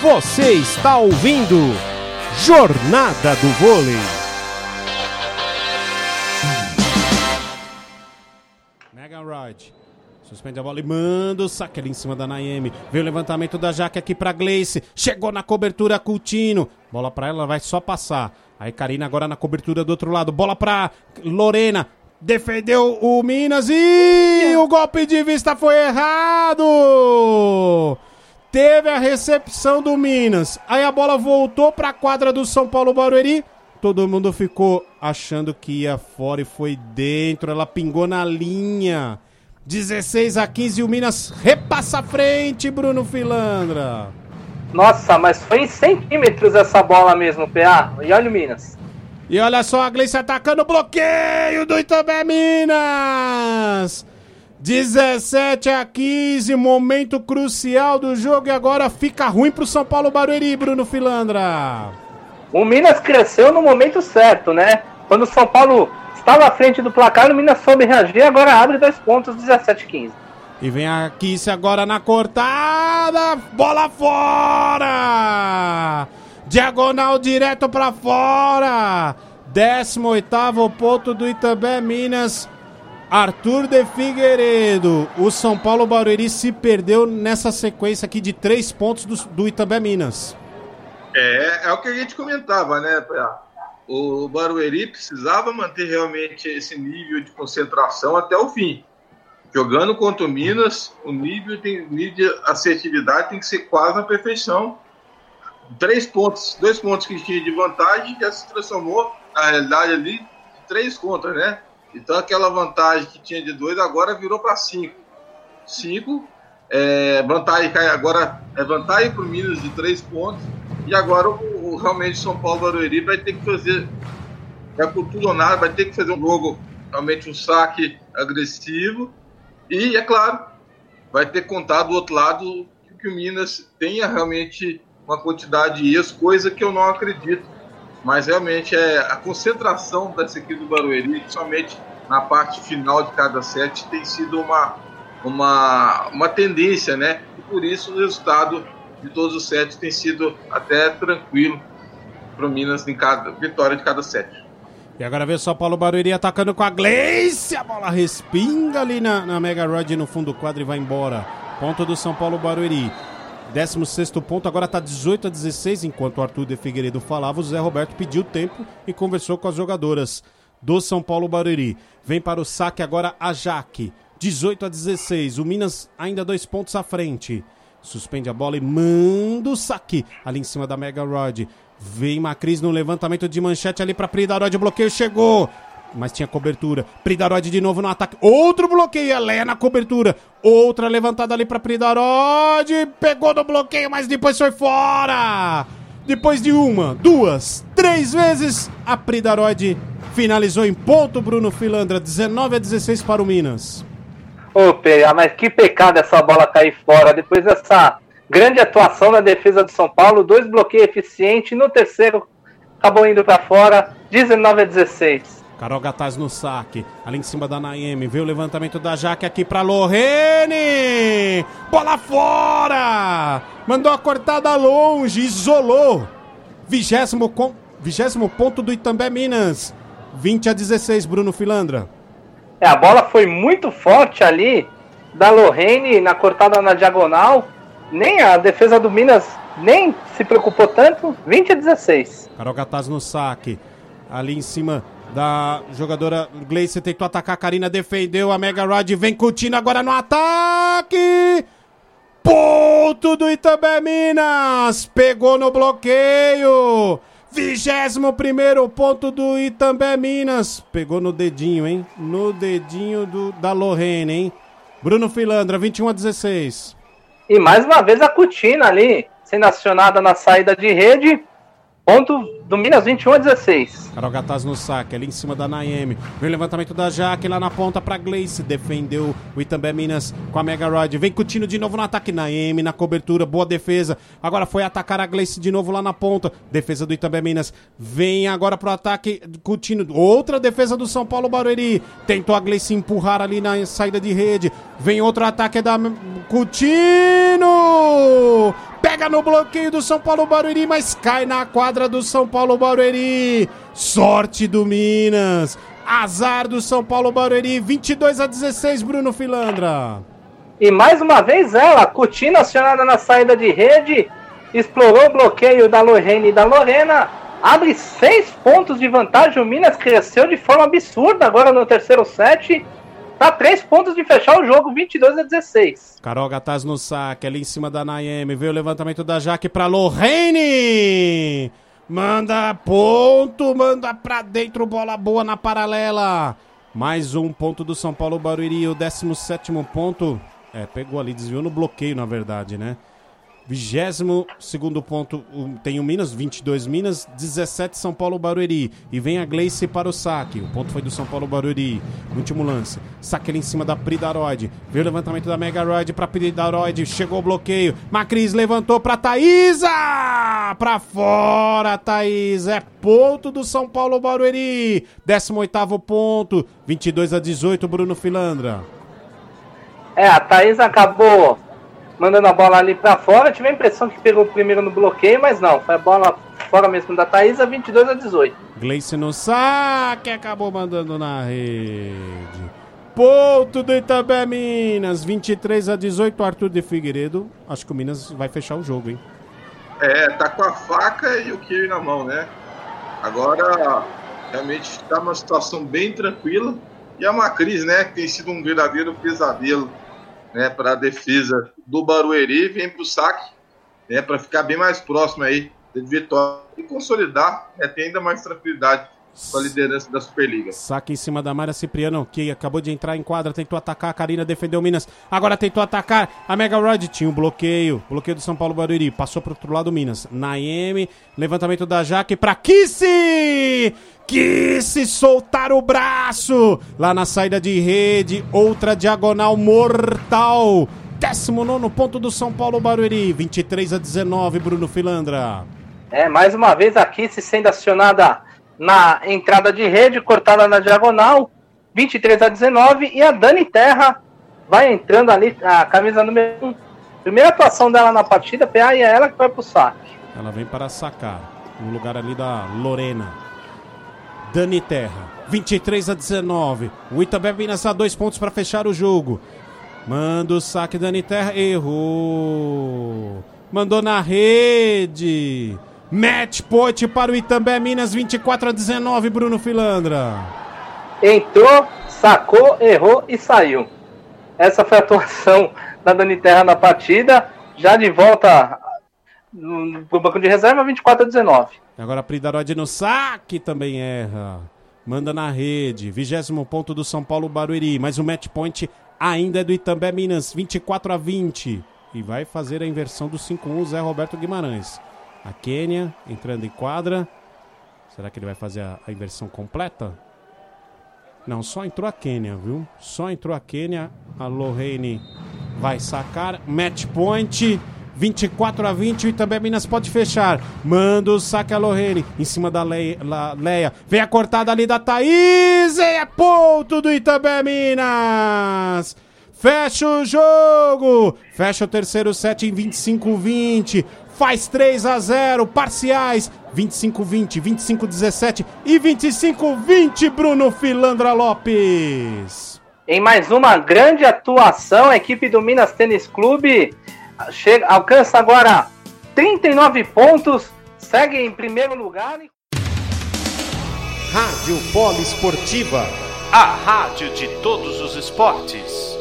Você está ouvindo Jornada do Vôlei. Megan Rod suspende a bola e manda o saque ali em cima da Naemi. Veio o levantamento da Jaque aqui pra Gleice. Chegou na cobertura Coutinho. Bola pra ela vai só passar. Aí Karina agora na cobertura do outro lado. Bola pra Lorena. Defendeu o Minas e o golpe de vista foi errado. Teve a recepção do Minas. Aí a bola voltou para a quadra do São Paulo Barueri. Todo mundo ficou achando que ia fora e foi dentro. Ela pingou na linha. 16-15 e o Minas repassa a frente, Bruno Filandra. Nossa, mas foi em centímetros essa bola mesmo, PA. E olha o Minas. E olha só a Gleice atacando o bloqueio do Itambé Minas. 17-15, momento crucial do jogo e agora fica ruim pro São Paulo Barueri, Bruno Filandra. O Minas cresceu no momento certo, né? Quando o São Paulo estava à frente do placar, o Minas soube reagir, agora abre 2 pontos, 17-15. E vem a Kiss agora na cortada, bola fora! Diagonal direto pra fora! 18º ponto do Itambé Minas. Arthur de Figueiredo. O São Paulo Barueri se perdeu nessa sequência aqui de 3 pontos do Itambé Minas. É o que a gente comentava, né? O Barueri precisava manter realmente esse nível de concentração até o fim. Jogando contra o Minas, o nível de assertividade tem que ser quase na perfeição. 2 pontos que tinha de vantagem já se transformou, na realidade ali, de 3 contra, né? Então aquela vantagem que tinha de 2 agora virou para 5. 5, vantagem cai agora, vantagem para o Minas de 3 pontos. E agora realmente o São Paulo Barueri vai ter que fazer, vai por tudo ou nada, vai ter que fazer um jogo, realmente um saque agressivo. E, é claro, vai ter que contar do outro lado que o Minas tenha realmente uma quantidade de erros, coisa que eu não acredito. Mas realmente a concentração dessa equipe do Barueri, somente na parte final de cada set, tem sido uma tendência, né? E por isso o resultado de todos os sets tem sido até tranquilo para o Minas em cada vitória de cada set. E agora vem o São Paulo Barueri atacando com a Gleice. A bola respinga ali na Mega Rod no fundo do quadro e vai embora. Ponto do São Paulo Barueri. 16º ponto, agora está 18-16. Enquanto o Arthur de Figueiredo falava, o Zé Roberto pediu tempo e conversou com as jogadoras do São Paulo Barueri. Vem para o saque agora a Jaque. 18-16. O Minas ainda 2 pontos à frente. Suspende a bola e manda o saque ali em cima da Mega Rod. Vem Macris no levantamento de manchete ali para Pridarod. O bloqueio chegou, mas tinha cobertura. Pridarod de novo no ataque. Outro bloqueio. Ela é na cobertura. Outra levantada ali para Pridarod. Pegou no bloqueio, mas depois foi fora. Depois de 1, 2, 3 vezes, a Pridarod finalizou em ponto, Bruno Filandra. 19-16 para o Minas. Ô, Pera, mas que pecado essa bola cair fora. Depois dessa grande atuação na defesa do São Paulo, 2 bloqueios eficientes. No terceiro, acabou indo para fora. 19-16. Carol Gataz no saque. Ali em cima da Naemi. Veio o levantamento da Jaque aqui para Lorene. Bola fora. Mandou a cortada longe. Isolou. 20º ponto do Itambé Minas. 20-16, Bruno Filandra. A bola foi muito forte ali da Lorene na cortada na diagonal. Nem a defesa do Minas nem se preocupou tanto. 20-16. Carol Gataz no saque. Ali em cima da jogadora Gleice, tentou atacar a Karina, defendeu a Mega Rod. Vem Coutinho agora no ataque. Ponto do Itambé Minas. Pegou no bloqueio. 21º ponto do Itambé Minas. Pegou no dedinho, hein? No dedinho da Lorene, hein? Bruno Filandra, 21-16. E mais uma vez a Coutinho ali, sendo acionada na saída de rede. Ponto do Minas, 21-16. Carol Gataz no saque, ali em cima da Naemi. Vem o levantamento da Jaque lá na ponta pra Gleice. Defendeu o Itambé Minas com a Mega Rod. Vem Coutinho de novo no ataque. Naemi na cobertura, boa defesa. Agora foi atacar a Gleice de novo lá na ponta. Defesa do Itambé Minas. Vem agora pro ataque Coutinho. Outra defesa do São Paulo Barueri. Tentou a Gleice empurrar ali na saída de rede. Vem outro ataque da Coutinho. Pega no bloqueio do São Paulo Barueri, mas cai na quadra do São Paulo Barueri. Sorte do Minas. Azar do São Paulo Barueri. 22-16, Bruno Filandra. E mais uma vez ela, Coutinho, acionada na saída de rede. Explorou o bloqueio da Lorraine e da Lorena. Abre 6 pontos de vantagem. O Minas cresceu de forma absurda agora no terceiro set. Tá 3 pontos de fechar o jogo, 22-16. Carol Gataz no saque, ali em cima da Naemi. Veio o levantamento da Jaque pra Lorraine. Manda ponto, manda pra dentro, bola boa na paralela. Mais um ponto do São Paulo Barueri, o 17º ponto. Pegou ali, desviou no bloqueio, na verdade, né? 22º ponto tem o Minas, 22 Minas, 17 São Paulo Barueri. E vem a Gleice para o saque. O ponto foi do São Paulo Barueri. Último lance. Saque ali em cima da Pridaroid. Veio o levantamento da Mega Rod para Pridaroid. Chegou o bloqueio. Macris levantou para Thaísa. Para fora, Thaís. É ponto do São Paulo Barueri. 18º ponto. 22-18, Bruno Filandra. A Thaís acabou mandando a bola ali pra fora. Tive a impressão que pegou primeiro no bloqueio, mas não, foi a bola fora mesmo da Thaísa, 22-18. Gleice no saque, acabou mandando na rede. Ponto do Itambé Minas, 23-18, Arthur de Figueiredo. Acho que o Minas vai fechar o jogo, hein? Tá com a faca e o queijo na mão, né? Agora, realmente tá numa situação bem tranquila. E a Macris, né, que tem sido um verdadeiro pesadelo, né, para a defesa do Barueri, vem para o saque, né, para ficar bem mais próximo aí de vitória e consolidar, né, ter ainda mais tranquilidade com a liderança da Superliga. Saque em cima da Mayra Cipriano, que acabou de entrar em quadra, tentou atacar, a Karina defendeu o Minas, agora tentou atacar a Mega Rod, tinha um bloqueio do São Paulo Barueri, passou para o outro lado o Minas, Naemi, levantamento da Jaque para Kissy, soltar o braço, lá na saída de rede, outra diagonal mortal, 19º ponto do São Paulo Barueri, 23-19, Bruno Filandra. Mais uma vez a Kissy sendo acionada na entrada de rede, cortada na diagonal, 23-19, e a Dani Terra vai entrando ali, a camisa número 1. Primeira atuação dela na partida, PA, e é ela que vai pro saque. Ela vem para sacar, no lugar ali da Lorena. Dani Terra, 23-19, o Itambé Minas a 2 pontos para fechar o jogo. Manda o saque, Dani Terra, errou, mandou na rede. Match point para o Itambé Minas, 24-19, Bruno Filandra. Entrou, Sacou, errou e saiu. Essa foi a atuação da Dani Terra na partida. Já de volta pro banco de reserva, 24-19. Agora a Pridarod no saque também erra. Manda na rede. 20º ponto do São Paulo Barueri. Mas o match point ainda é do Itambé Minas, 24-20. E vai fazer a inversão do 5-1, Zé Roberto Guimarães. A Kênia entrando em quadra. Será que ele vai fazer a inversão completa? Não, só entrou a Kênia, viu? Só entrou a Kênia. A Lorraine vai sacar. Match point. 24-20. O Itambé Minas pode fechar. Manda o saque a Lorraine. Em cima da Leia. Vem a cortada ali da Thaís. E é ponto do Itambé Minas. Fecha o jogo. Fecha o terceiro set em 25-20. Faz 3-0, parciais 25-20, 25-17 e 25-20, Bruno Filandra Lopes. Em mais uma grande atuação, a equipe do Minas Tênis Clube alcança agora 39 pontos, segue em primeiro lugar. Rádio Poliesportiva, a rádio de todos os esportes.